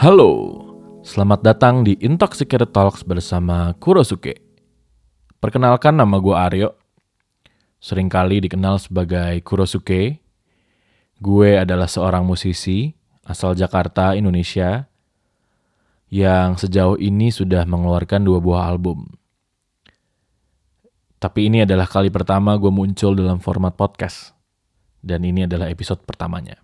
Halo, selamat datang di Intoxicated Talks bersama Kurosuke. Perkenalkan, nama gue Aryo, seringkali dikenal sebagai Kurosuke. Gue adalah seorang musisi asal Jakarta, Indonesia, yang sejauh ini sudah mengeluarkan 2 buah album. Tapi ini adalah kali pertama gue muncul dalam format podcast, dan ini adalah episode pertamanya.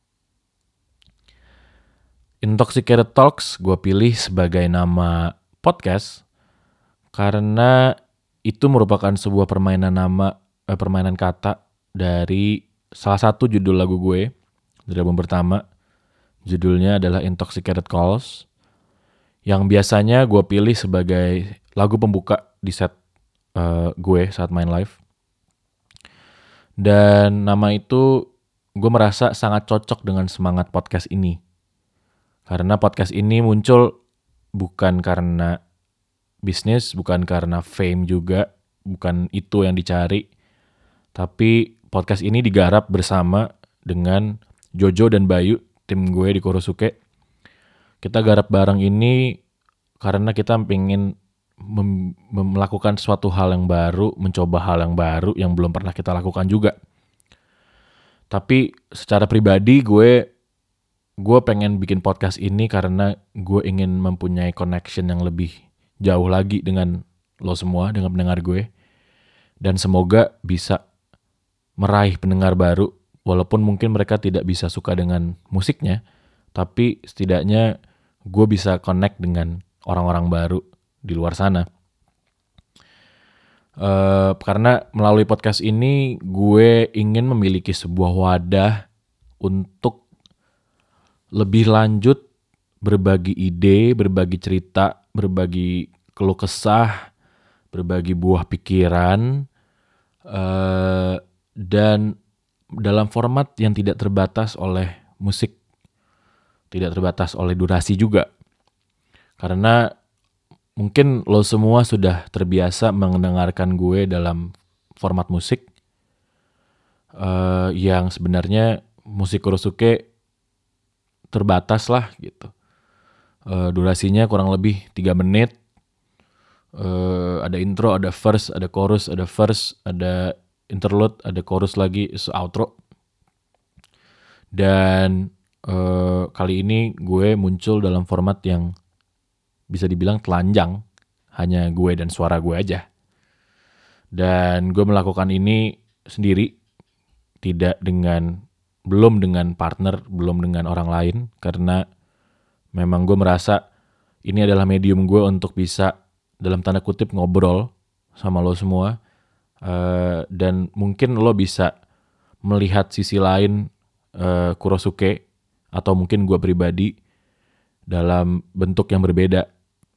Intoxicated Talks gue pilih sebagai nama podcast karena itu merupakan sebuah permainan kata dari salah satu judul lagu gue dari album pertama. Judulnya adalah Intoxicated Calls, yang biasanya gue pilih sebagai lagu pembuka di set gue saat main live. Dan nama itu gue merasa sangat cocok dengan semangat podcast ini. Karena podcast ini muncul bukan karena bisnis, bukan karena fame juga, bukan itu yang dicari. Tapi podcast ini digarap bersama dengan Jojo dan Bayu, tim gue di Kurosuke. Kita garap bareng ini karena kita pengen melakukan suatu hal yang baru, mencoba hal yang baru yang belum pernah kita lakukan juga. Tapi secara pribadi gue pengen bikin podcast ini karena gue ingin mempunyai connection yang lebih jauh lagi dengan lo semua, dengan pendengar gue. Dan semoga bisa meraih pendengar baru, walaupun mungkin mereka tidak bisa suka dengan musiknya, tapi setidaknya gue bisa connect dengan orang-orang baru di luar sana. Karena melalui podcast ini gue ingin memiliki sebuah wadah untuk lebih lanjut berbagi ide, berbagi cerita, berbagi keluh kesah, berbagi buah pikiran, dan dalam format yang tidak terbatas oleh musik, tidak terbatas oleh durasi juga. Karena mungkin lo semua sudah terbiasa mendengarkan gue dalam format musik, yang sebenarnya musik Kurosuke terbatas lah gitu. Durasinya kurang lebih 3 menit. Ada intro, ada verse, ada chorus, ada verse, ada interlude, ada chorus lagi, outro. Dan kali ini gue muncul dalam format yang bisa dibilang telanjang, hanya gue dan suara gue aja. Dan gue melakukan ini sendiri, belum dengan partner, belum dengan orang lain, karena memang gue merasa ini adalah medium gue untuk bisa dalam tanda kutip ngobrol sama lo semua, dan mungkin lo bisa melihat sisi lain Kurosuke atau mungkin gue pribadi dalam bentuk yang berbeda.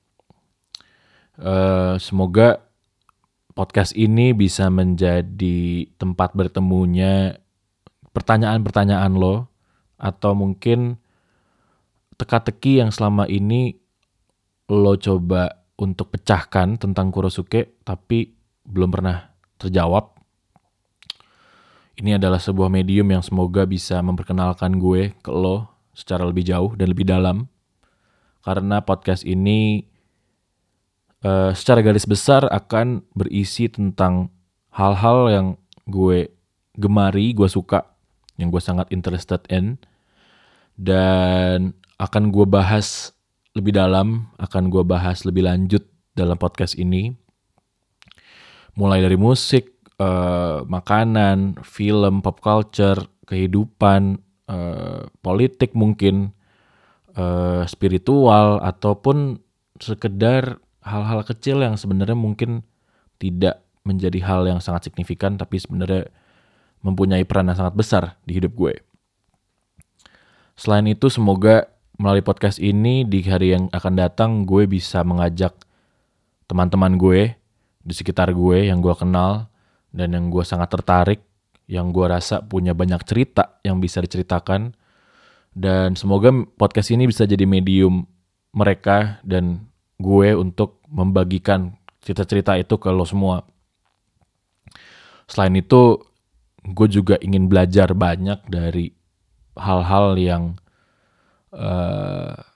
Semoga podcast ini bisa menjadi tempat bertemunya pertanyaan-pertanyaan lo, atau mungkin teka-teki yang selama ini lo coba untuk pecahkan tentang Kurosuke tapi belum pernah terjawab. Ini adalah sebuah medium yang semoga bisa memperkenalkan gue ke lo secara lebih jauh dan lebih dalam. Karena podcast ini secara garis besar akan berisi tentang hal-hal yang gue gemari, gue suka, yang gue sangat interested in, dan akan gue bahas lebih dalam, akan gue bahas lebih lanjut dalam podcast ini. Mulai dari musik, makanan, film, pop culture, kehidupan, politik mungkin, spiritual, ataupun sekedar hal-hal kecil yang sebenarnya mungkin tidak menjadi hal yang sangat signifikan, tapi sebenarnya mempunyai peran yang sangat besar di hidup gue. Selain itu, semoga melalui podcast ini di hari yang akan datang gue bisa mengajak teman-teman gue di sekitar gue yang gue kenal dan yang gue sangat tertarik, yang gue rasa punya banyak cerita yang bisa diceritakan, dan semoga podcast ini bisa jadi medium mereka dan gue untuk membagikan cerita-cerita itu ke lo semua. Selain itu, gue juga ingin belajar banyak dari hal-hal yang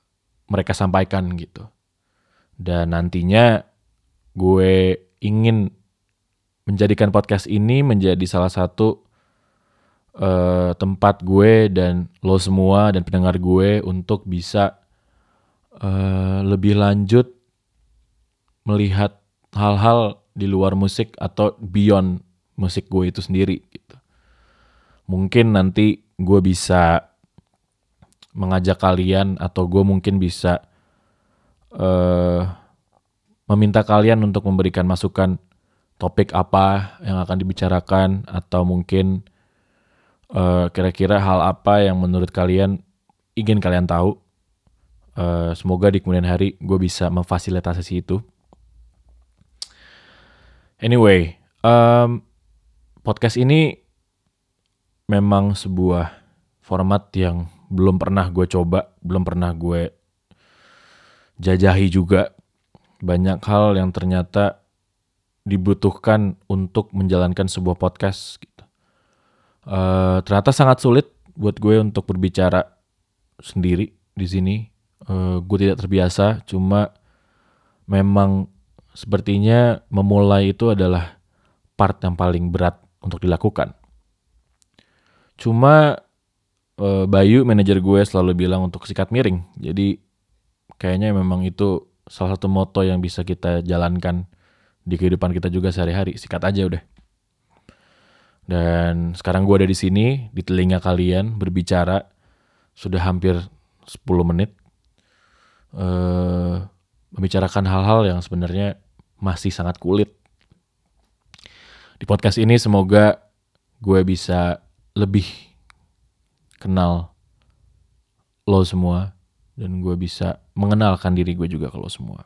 mereka sampaikan gitu. Dan nantinya gue ingin menjadikan podcast ini menjadi salah satu tempat gue dan lo semua dan pendengar gue untuk bisa lebih lanjut melihat hal-hal di luar musik atau beyond musik gue itu sendiri gitu. Mungkin nanti gue bisa mengajak kalian atau gue mungkin bisa meminta kalian untuk memberikan masukan topik apa yang akan dibicarakan atau mungkin kira-kira hal apa yang menurut kalian ingin kalian tahu. Semoga di kemudian hari gue bisa memfasilitasi itu. Anyway, podcast ini memang sebuah format yang belum pernah gue coba, belum pernah gue jajahi juga. Banyak hal yang ternyata dibutuhkan untuk menjalankan sebuah podcast gitu. Ternyata sangat sulit buat gue untuk berbicara sendiri di sini. Gue tidak terbiasa, cuma memang sepertinya memulai itu adalah part yang paling berat untuk dilakukan. Cuma Bayu, manajer gue, selalu bilang untuk sikat miring. Jadi kayaknya memang itu salah satu moto yang bisa kita jalankan di kehidupan kita juga sehari-hari. Sikat aja udah. Dan sekarang gue ada di sini, di telinga kalian, berbicara sudah hampir 10 menit. Membicarakan hal-hal yang sebenarnya masih sangat kulit. Di podcast ini semoga gue bisa lebih kenal lo semua dan gue bisa mengenalkan diri gue juga ke lo semua.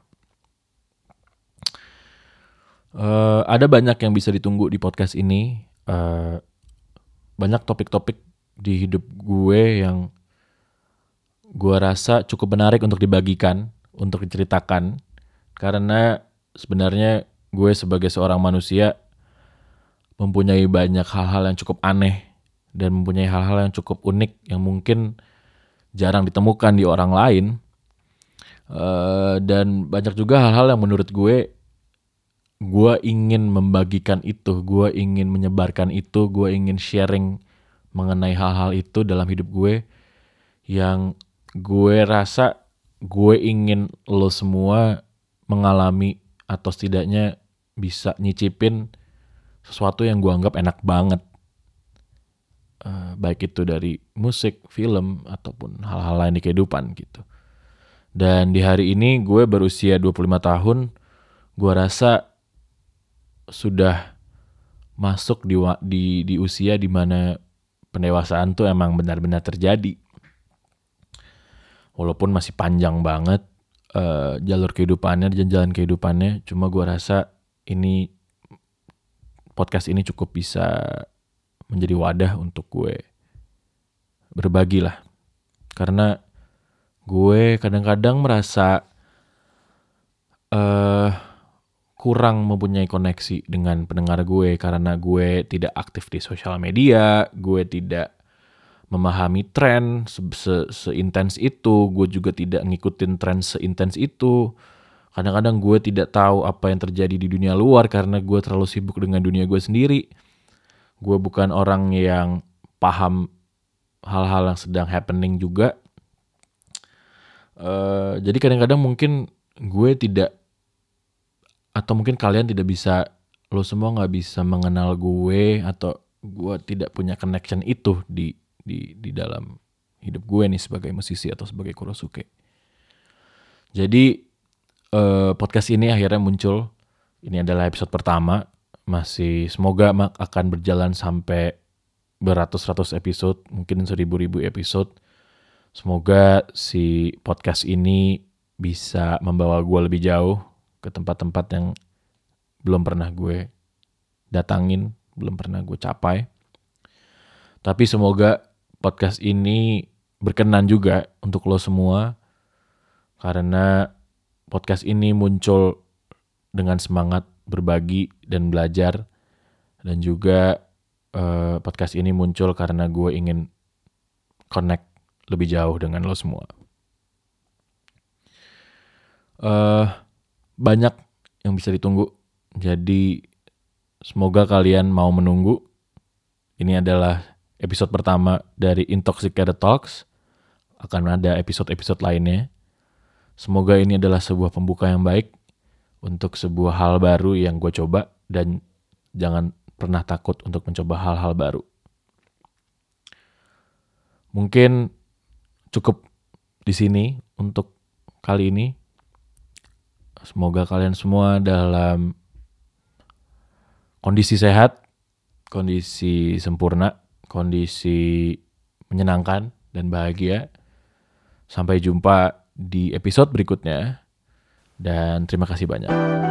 Ada banyak yang bisa ditunggu di podcast ini. Banyak topik-topik di hidup gue yang gue rasa cukup menarik untuk dibagikan, untuk diceritakan. Karena sebenarnya gue sebagai seorang manusia mempunyai banyak hal-hal yang cukup aneh dan mempunyai hal-hal yang cukup unik yang mungkin jarang ditemukan di orang lain. Dan banyak juga hal-hal yang menurut gue ingin membagikan itu, gue ingin menyebarkan itu, gue ingin sharing mengenai hal-hal itu dalam hidup gue yang gue rasa gue ingin lo semua mengalami atau setidaknya bisa nyicipin sesuatu yang gue anggap enak banget. Baik itu dari musik, film, ataupun hal-hal lain di kehidupan gitu. Dan di hari ini gue berusia 25 tahun, gue rasa sudah masuk di usia dimana pendewasaan tuh emang benar-benar terjadi. Walaupun masih panjang banget jalur kehidupannya dan jalan kehidupannya, cuma gue rasa ini podcast ini cukup bisa menjadi wadah untuk gue berbagi lah. Karena gue kadang-kadang merasa kurang mempunyai koneksi dengan pendengar gue karena gue tidak aktif di sosial media, gue tidak memahami tren seintens itu, gue juga tidak ngikutin tren seintens itu. Kadang-kadang gue tidak tahu apa yang terjadi di dunia luar karena gue terlalu sibuk dengan dunia gue sendiri. Gue bukan orang yang paham hal-hal yang sedang happening juga. Jadi kadang-kadang mungkin gue tidak, atau mungkin kalian tidak bisa, lo semua gak bisa mengenal gue, atau gue tidak punya connection itu di dalam hidup gue nih sebagai musisi atau sebagai Kurosuke. Jadi podcast ini akhirnya muncul. Ini adalah episode pertama. Masih semoga akan berjalan sampai beratus-ratus episode, mungkin 1000-1000 episode. Semoga si podcast ini bisa membawa gue lebih jauh ke tempat-tempat yang belum pernah gue datangin, belum pernah gue capai. Tapi semoga podcast ini berkenan juga untuk lo semua, karena podcast ini muncul dengan semangat berbagi dan belajar, dan juga podcast ini muncul karena gue ingin connect lebih jauh dengan lo semua. banyak yang bisa ditunggu. Jadi semoga kalian mau menunggu. Ini adalah episode pertama dari Intoxicated Talks. Akan ada episode-episode lainnya. Semoga ini adalah sebuah pembuka yang baik untuk sebuah hal baru yang gue coba, dan jangan pernah takut untuk mencoba hal-hal baru. Mungkin cukup di sini untuk kali ini. Semoga kalian semua dalam kondisi sehat, kondisi sempurna, kondisi menyenangkan dan bahagia. Sampai jumpa di episode berikutnya, dan terima kasih banyak.